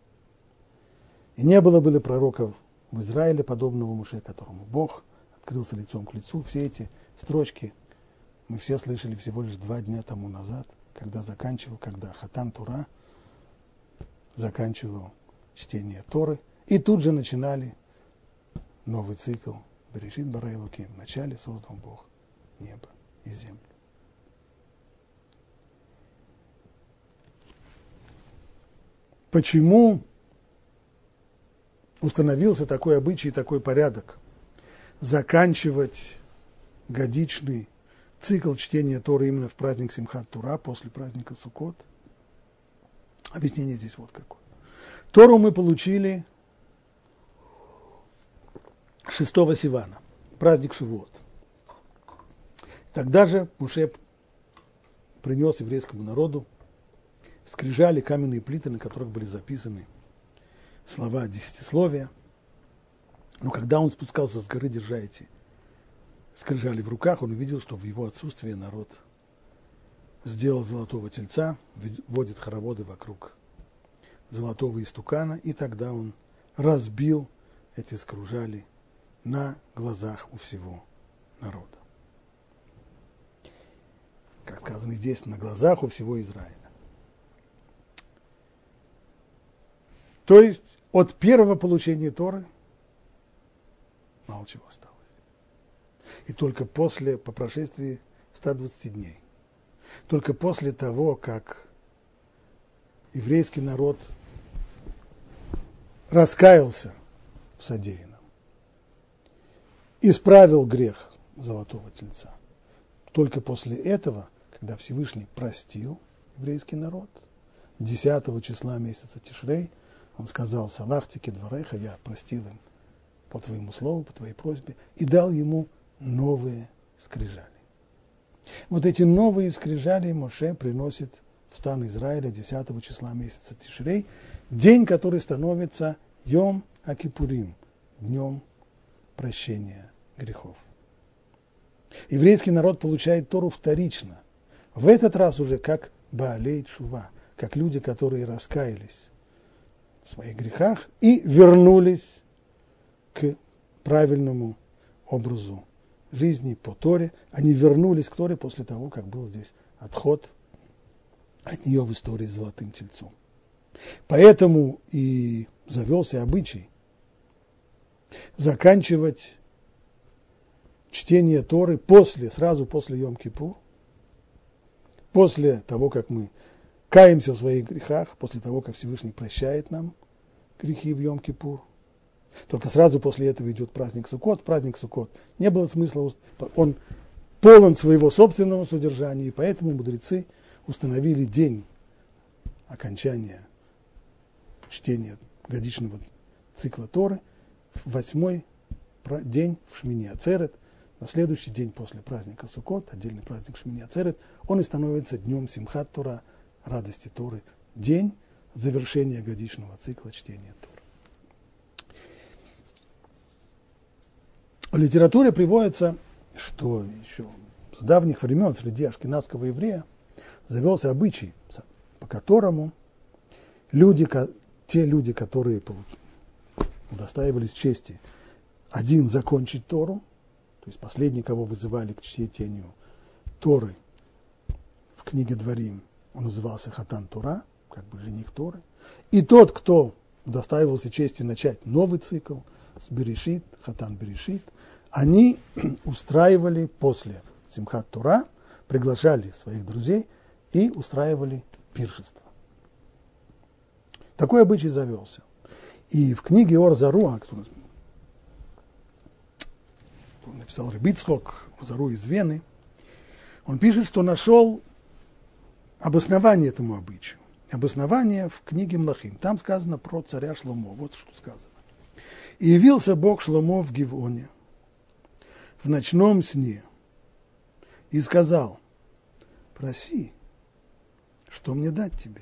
Speaker 1: И не было бы ли пророков в Израиле, подобного Моше, которому Бог открылся лицом к лицу. Все эти строчки мы все слышали всего лишь два дня тому назад, когда заканчивал, когда Хатан Тора заканчивал чтение Торы. И тут же начинали новый цикл Берешит bara Элоким. Вначале создал Бог небо и землю. Почему установился такой обычай, такой порядок заканчивать годичный цикл чтения Торы именно в праздник Симхат Тора, после праздника Суккот? Объяснение здесь вот какое. Тору мы получили шестого Сивана, праздник Шивот. Тогда же Моше принес еврейскому народу скрижали, каменные плиты, на которых были записаны слова десятисловия. Но когда он спускался с горы, держа эти скрижали в руках, он увидел, что в его отсутствие народ сделал золотого тельца, водит хороводы вокруг золотого истукана, и тогда он разбил эти скрижали на глазах у всего народа. Как сказано здесь, на глазах у всего Израиля. То есть от первого получения Торы мало чего осталось. И только после, по прошествии ста двадцати дней, только после того, как еврейский народ раскаялся в содеянном, исправил грех золотого тельца, только после этого, когда Всевышний простил еврейский народ, десятого числа месяца Тишрей, он сказал: «Салахтики двореха», я простил им по твоему слову, по твоей просьбе, и дал ему новые скрижали. Вот эти новые скрижали Моше приносит в стан Израиля десятого числа месяца Тишрей, день, который становится Йом Акипурим, днем прощения грехов. Еврейский народ получает Тору вторично, в этот раз уже как Баалей Тшува, как люди, которые раскаялись в своих грехах и вернулись к правильному образу жизни по Торе. Они вернулись к Торе после того, как был здесь отход от нее в истории с золотым тельцом. Поэтому и завелся обычай заканчивать чтение Торы после, сразу после Йом-Кипур, после того, как мы каемся в своих грехах, после того, как Всевышний прощает нам грехи в Йом-Кипур. Только сразу после этого идет праздник Суккот. Праздник Суккот не было смысла, он полон своего собственного содержания, и поэтому мудрецы установили день окончания чтения годичного цикла Торы в восьмой день в Шмини Ацерет, на следующий день после праздника Суккот, отдельный праздник Шмини Ацерет, он и становится днем Симхат Тора, радости Торы, день завершения годичного цикла чтения Торы. В литературе приводится, что еще с давних времен среди ашкеназского еврея завелся обычай, по которому люди, те люди, которые удостаивались чести один закончить Тору, то есть последний, кого вызывали к чтению Торы в книге Дворим, он назывался Хатан Тора, как бы жених Торы, и тот, кто удостаивался чести начать новый цикл с Берешит, Хатан Берешит, они устраивали после Симхат Тора, приглашали своих друзей и устраивали пиршество. Такой обычай завелся. И в книге Ор Заруа, которую написал Ребби Ицхок, Ор Зару из Вены, он пишет, что нашел обоснование этому обычаю. Обоснование в книге Млахим. Там сказано про царя Шломо. Вот что сказано. «И явился Бог Шломо в Гивоне в ночном сне и сказал: проси, что мне дать тебе?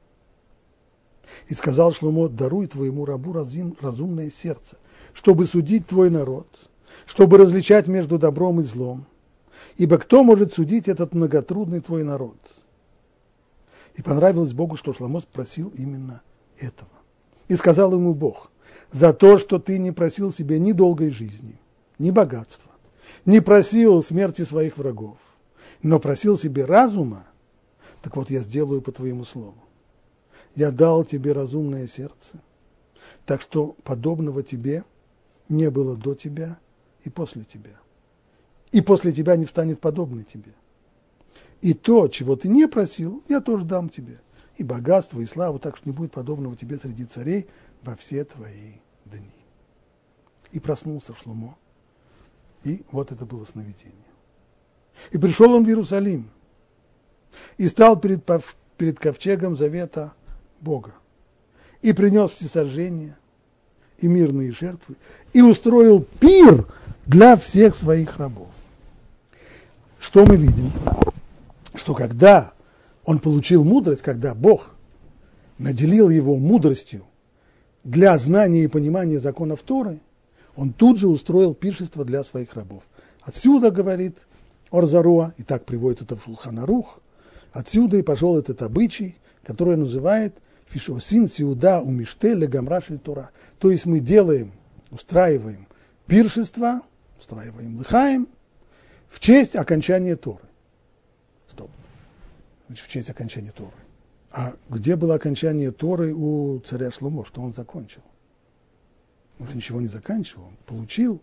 Speaker 1: И сказал Шломо: даруй твоему рабу разумное сердце, чтобы судить твой народ, чтобы различать между добром и злом. Ибо кто может судить этот многотрудный твой народ?» И понравилось Богу, что Шломо просил именно этого. И сказал ему Бог: за то, что ты не просил себе ни долгой жизни, ни богатства, не просил смерти своих врагов, но просил себе разума, так вот я сделаю по твоему слову. Я дал тебе разумное сердце, так что подобного тебе не было до тебя и после тебя. И после тебя не встанет подобный тебе. И то, чего ты не просил, я тоже дам тебе. И богатство, и славу, так что не будет подобного тебе среди царей во все твои дни. И проснулся Шломо. И вот это было сновидение. И пришел он в Иерусалим. И стал перед, перед ковчегом завета Бога. И принес всесожжение, и мирные жертвы, и устроил пир для всех своих рабов. Что мы видим? Что когда он получил мудрость, когда Бог наделил его мудростью для знания и понимания законов Торы, он тут же устроил пиршество для своих рабов. Отсюда, говорит Ор Заруа, и так приводит это в Шулхан Арух, отсюда и пошел этот обычай, который называет фишосин сиуда умиште легамра шель Тора. То есть мы делаем, устраиваем пиршество, устраиваем лыхаем в честь окончания Торы. Стоп. Значит, в честь окончания Торы. А где было окончание Торы у царя Шломо? Что он закончил? Он же ничего не заканчивал, он получил.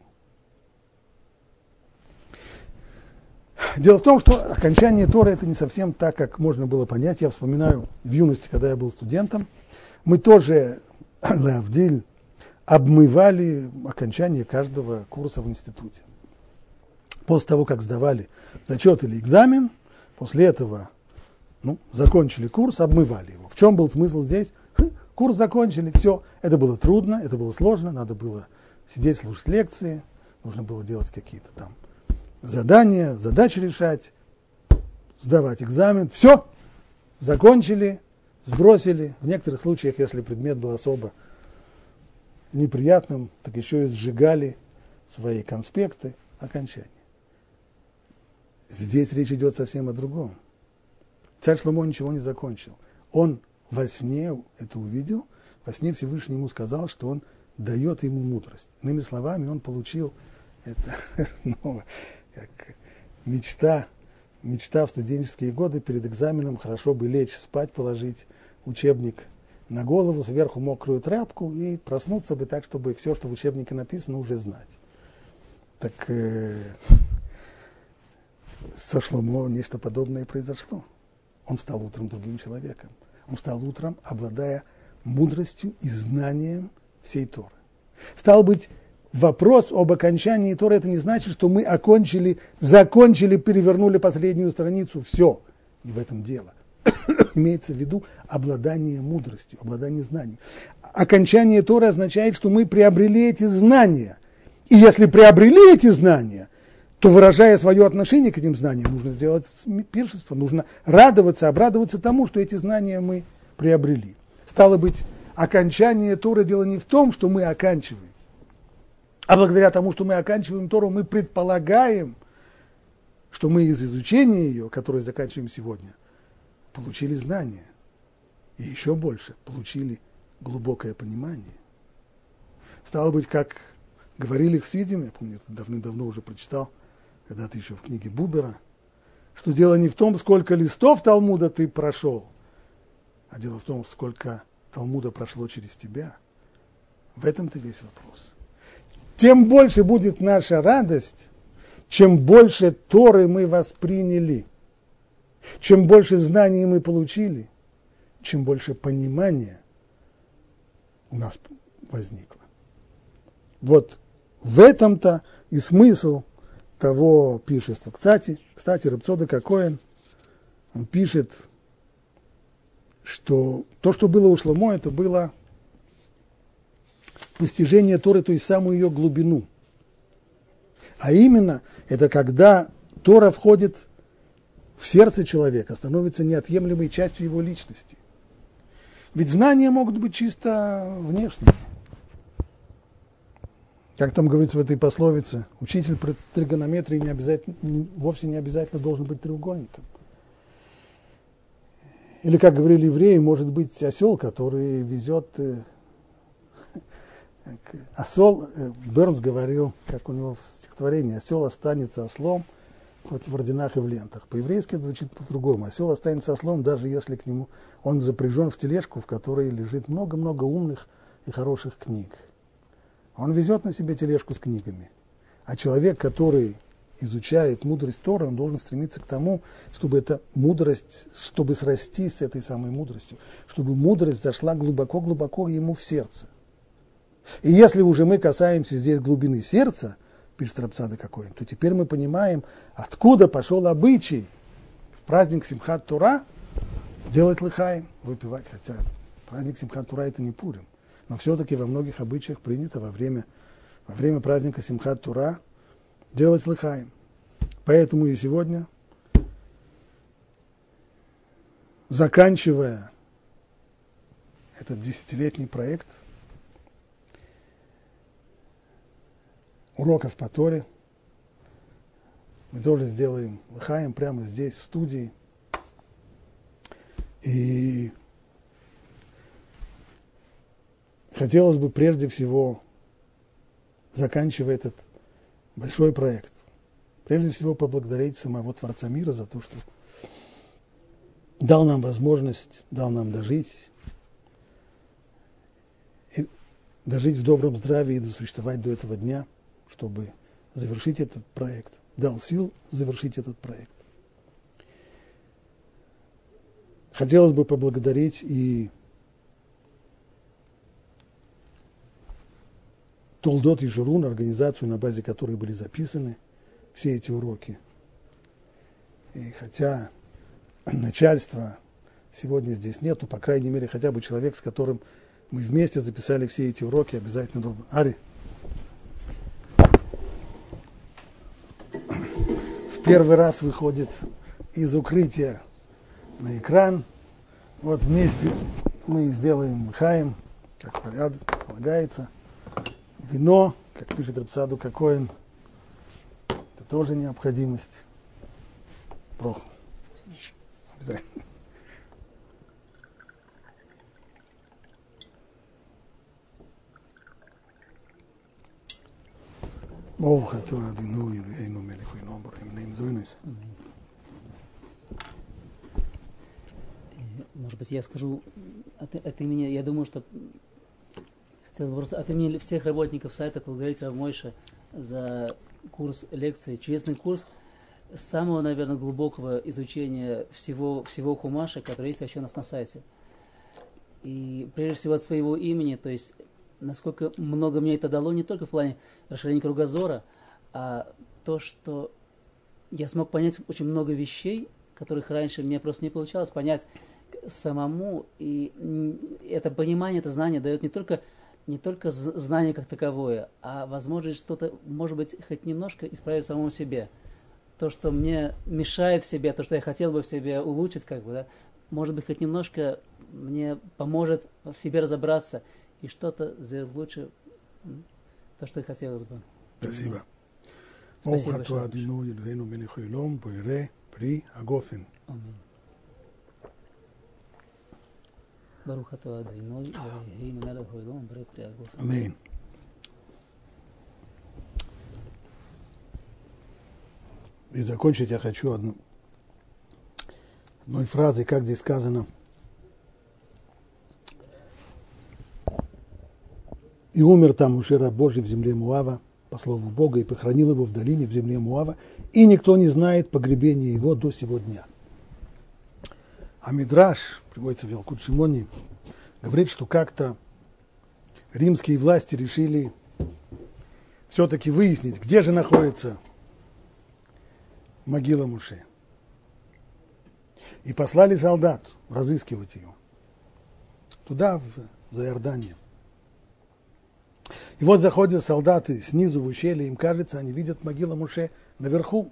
Speaker 1: Дело в том, что окончание Торы это не совсем так, как можно было понять. Я вспоминаю в юности, когда я был студентом, мы тоже, лавдиль, обмывали окончание каждого курса в институте. После того, как сдавали зачет или экзамен, после этого ну, закончили курс, обмывали его. В чем был смысл здесь? Курс закончили, все. Это было трудно, это было сложно, надо было сидеть, слушать лекции, нужно было делать какие-то там задания, задачи решать, сдавать экзамен. Все, закончили, сбросили. В некоторых случаях, если предмет был особо неприятным, так еще и сжигали свои конспекты, окончания. Здесь речь идет совсем о другом. Царь Шломо ничего не закончил. Он во сне это увидел, во сне Всевышний ему сказал, что он дает ему мудрость. Иными словами, он получил это снова как мечта, мечта в студенческие годы перед экзаменом, хорошо бы лечь, спать, положить учебник на голову сверху мокрую тряпку и проснуться бы так, чтобы все, что в учебнике написано, уже знать. Так э, со Шломо нечто подобное произошло. Он встал утром другим человеком. Он встал утром, обладая мудростью и знанием всей Торы. Стал быть, вопрос об окончании Торы, это не значит, что мы окончили, закончили, перевернули последнюю страницу. Все. Не в этом дело. Имеется в виду обладание мудростью, обладание знанием. Окончание Торы означает, что мы приобрели эти знания. И если приобрели эти знания, то, выражая свое отношение к этим знаниям, нужно сделать пиршество, нужно радоваться, обрадоваться тому, что эти знания мы приобрели. Стало быть, окончание Торы дело не в том, что мы оканчиваем, а благодаря тому, что мы оканчиваем Тору, мы предполагаем, что мы из изучения ее, которое заканчиваем сегодня, получили знания. И еще больше, получили глубокое понимание. Стало быть, как говорили хасидим, я помню, это давным-давно уже прочитал, когда-то еще в книге Бубера, что дело не в том, сколько листов Талмуда ты прошел, а дело в том, сколько Талмуда прошло через тебя. В этом-то весь вопрос. Тем больше будет наша радость, чем больше Торы мы восприняли, чем больше знаний мы получили, чем больше понимания у нас возникло. Вот в этом-то и смысл того пиршества. Кстати, кстати, Рав Цодек ха-Коэн, он пишет, что то, что было у Шломо, это было постижение Торы, то есть самую ее глубину. А именно, это когда Тора входит в сердце человека, становится неотъемлемой частью его личности. Ведь знания могут быть чисто внешними. Как там говорится в этой пословице, учитель по тригонометрии не обязательно, не, вовсе не обязательно должен быть треугольником. Или, как говорили евреи, может быть осел, который везет... Э, осел, э, Бернс говорил, как у него в стихотворении, осел останется ослом, хоть в орденах и в лентах. По-еврейски это звучит по-другому. Осел останется ослом, даже если к нему он запряжен в тележку, в которой лежит много-много умных и хороших книг. Он везет на себе тележку с книгами. А человек, который изучает мудрость Торы, он должен стремиться к тому, чтобы эта мудрость, чтобы срастись с этой самой мудростью, чтобы мудрость зашла глубоко-глубоко ему в сердце. И если уже мы касаемся здесь глубины сердца, пишет Рав Цадок ха-Коэн, то теперь мы понимаем, откуда пошел обычай в праздник Симхат Тора делать лыхаим, выпивать, хотя праздник Симхат Тора это не Пурим. Но все-таки во многих обычаях принято во время, во время праздника Симхат Тора делать лыхаим. Поэтому и сегодня, заканчивая этот десятилетний проект уроков по Торе, мы тоже сделаем лыхаим прямо здесь, в студии. И хотелось бы прежде всего, заканчивая этот большой проект, прежде всего поблагодарить самого Творца мира за то, что дал нам возможность, дал нам дожить, и дожить в добром здравии и досуществовать до этого дня, чтобы завершить этот проект, дал сил завершить этот проект. Хотелось бы поблагодарить и Толдот и Журун, организацию, на базе которой были записаны все эти уроки. И хотя начальства сегодня здесь нет, но, по крайней мере, хотя бы человек, с которым мы вместе записали все эти уроки, обязательно должен... Ари, в первый раз выходит из укрытия на экран. Вот вместе мы сделаем лыхаим, как порядок полагается. Вино, как пишет Рав Цадок ха-Коэн, это тоже необходимость. Броху. Обязательно. Бог атуа адину илуэйну мелеху инобру им нейм зойнес.
Speaker 2: Может быть, я скажу от, от имени, я думаю, что хотел бы просто от имени всех работников сайта поблагодарить Рав Мойше за курс лекций, чудесный курс самого, наверное, глубокого изучения всего, всего хумаша, который есть вообще у нас на сайте. И прежде всего от своего имени, то есть насколько много мне это дало, не только в плане расширения кругозора, а то, что я смог понять очень много вещей, которых раньше мне просто не получалось понять самому. И это понимание, это знание дает не только, не только знание как таковое, а возможность что-то, может быть, хоть немножко исправить в самом себе. То, что мне мешает в себе, то, что я хотел бы в себе улучшить, как бы, да, может быть, хоть немножко мне поможет в себе разобраться и что-то сделать лучше, то, что и хотелось бы.
Speaker 1: Спасибо.
Speaker 2: Спасибо большое. Аминь. Барух ата Адоной, Элохейну мелech хаолам, борей при агофен.
Speaker 1: Аминь. И закончить я хочу одну, одной фразой, как здесь сказано. И умер там Муше раб Божий в земле Муава, по слову Бога, и похоронил его в долине в земле Муава, и никто не знает погребения его до сего дня. А Мидраш, приводится в Ялкут Шимони, говорит, что как-то римские власти решили все-таки выяснить, где же находится могила Муше. И послали солдат разыскивать ее. Туда, в, за Иорданию. И вот заходят солдаты снизу в ущелье, им кажется, они видят могилу Муше наверху.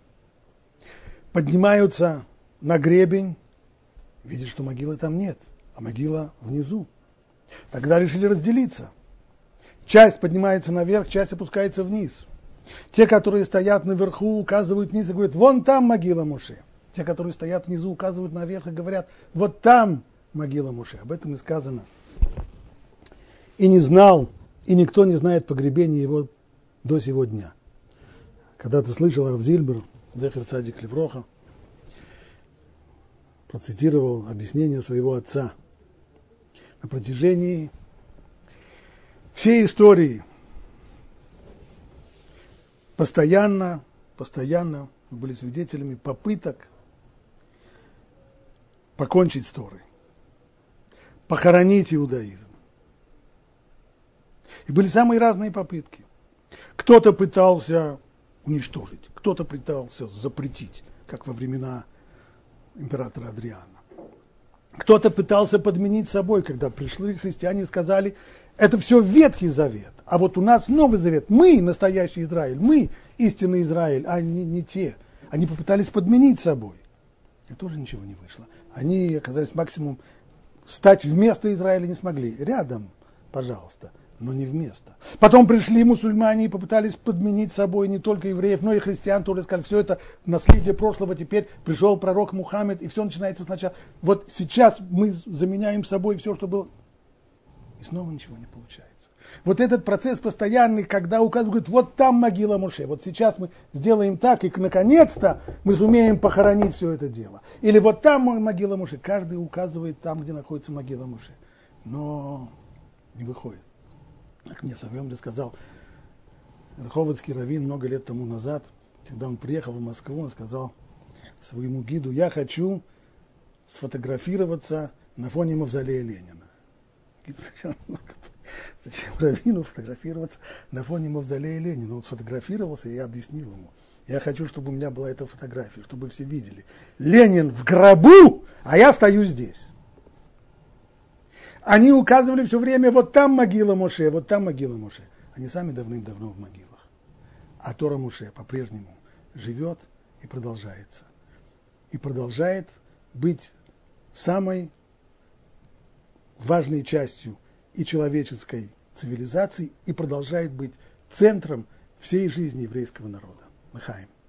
Speaker 1: Поднимаются на гребень, видят, что могилы там нет, а могила внизу. Тогда решили разделиться. Часть поднимается наверх, часть опускается вниз. Те, которые стоят наверху, указывают вниз и говорят, вон там могила Муше. Те, которые стоят внизу, указывают наверх и говорят, вот там могила Муше. Об этом и сказано. И не знал, и никто не знает погребения его до сего дня. Когда-то слышал Рав Зильбер, зехер цадик левроха, процитировал объяснение своего отца. На протяжении всей истории постоянно, постоянно мы были свидетелями попыток покончить с Торой, похоронить иудаизм. И были самые разные попытки. Кто-то пытался уничтожить, кто-то пытался запретить, как во времена императора Адриана. Кто-то пытался подменить собой, когда пришли христиане и сказали, это все Ветхий Завет, а вот у нас Новый Завет, мы настоящий Израиль, мы истинный Израиль, а не, не те. Они попытались подменить собой, и тоже ничего не вышло. Они оказались максимум, стать вместо Израиля не смогли. Рядом, пожалуйста, но не вместо. Потом пришли мусульмане и попытались подменить собой не только евреев, но и христиан, тоже сказали, все это наследие прошлого, теперь пришел пророк Мухаммед, и все начинается сначала. Вот сейчас мы заменяем собой все, что было, и снова ничего не получается. Вот этот процесс постоянный, когда указывают, вот там могила Муше, вот сейчас мы сделаем так, и наконец-то мы сумеем похоронить все это дело. Или вот там могила Муше, каждый указывает там, где находится могила Муше, но не выходит. Как мне в свое время сказал Раховицкий раввин много лет тому назад, когда он приехал в Москву, он сказал своему гиду, я хочу сфотографироваться на фоне мавзолея Ленина. Гид сначала, зачем раввину фотографироваться на фоне мавзолея Ленина? Он сфотографировался, и я объяснил ему. Я хочу, чтобы у меня была эта фотография, чтобы все видели. Ленин в гробу, а я стою здесь. Они указывали все время, вот там могила Моше, вот там могила Моше. Они сами давным-давно в могилах. А Тора Моше по-прежнему живет и продолжается. И продолжает быть самой важной частью и человеческой цивилизации, и продолжает быть центром всей жизни еврейского народа. Лахаим.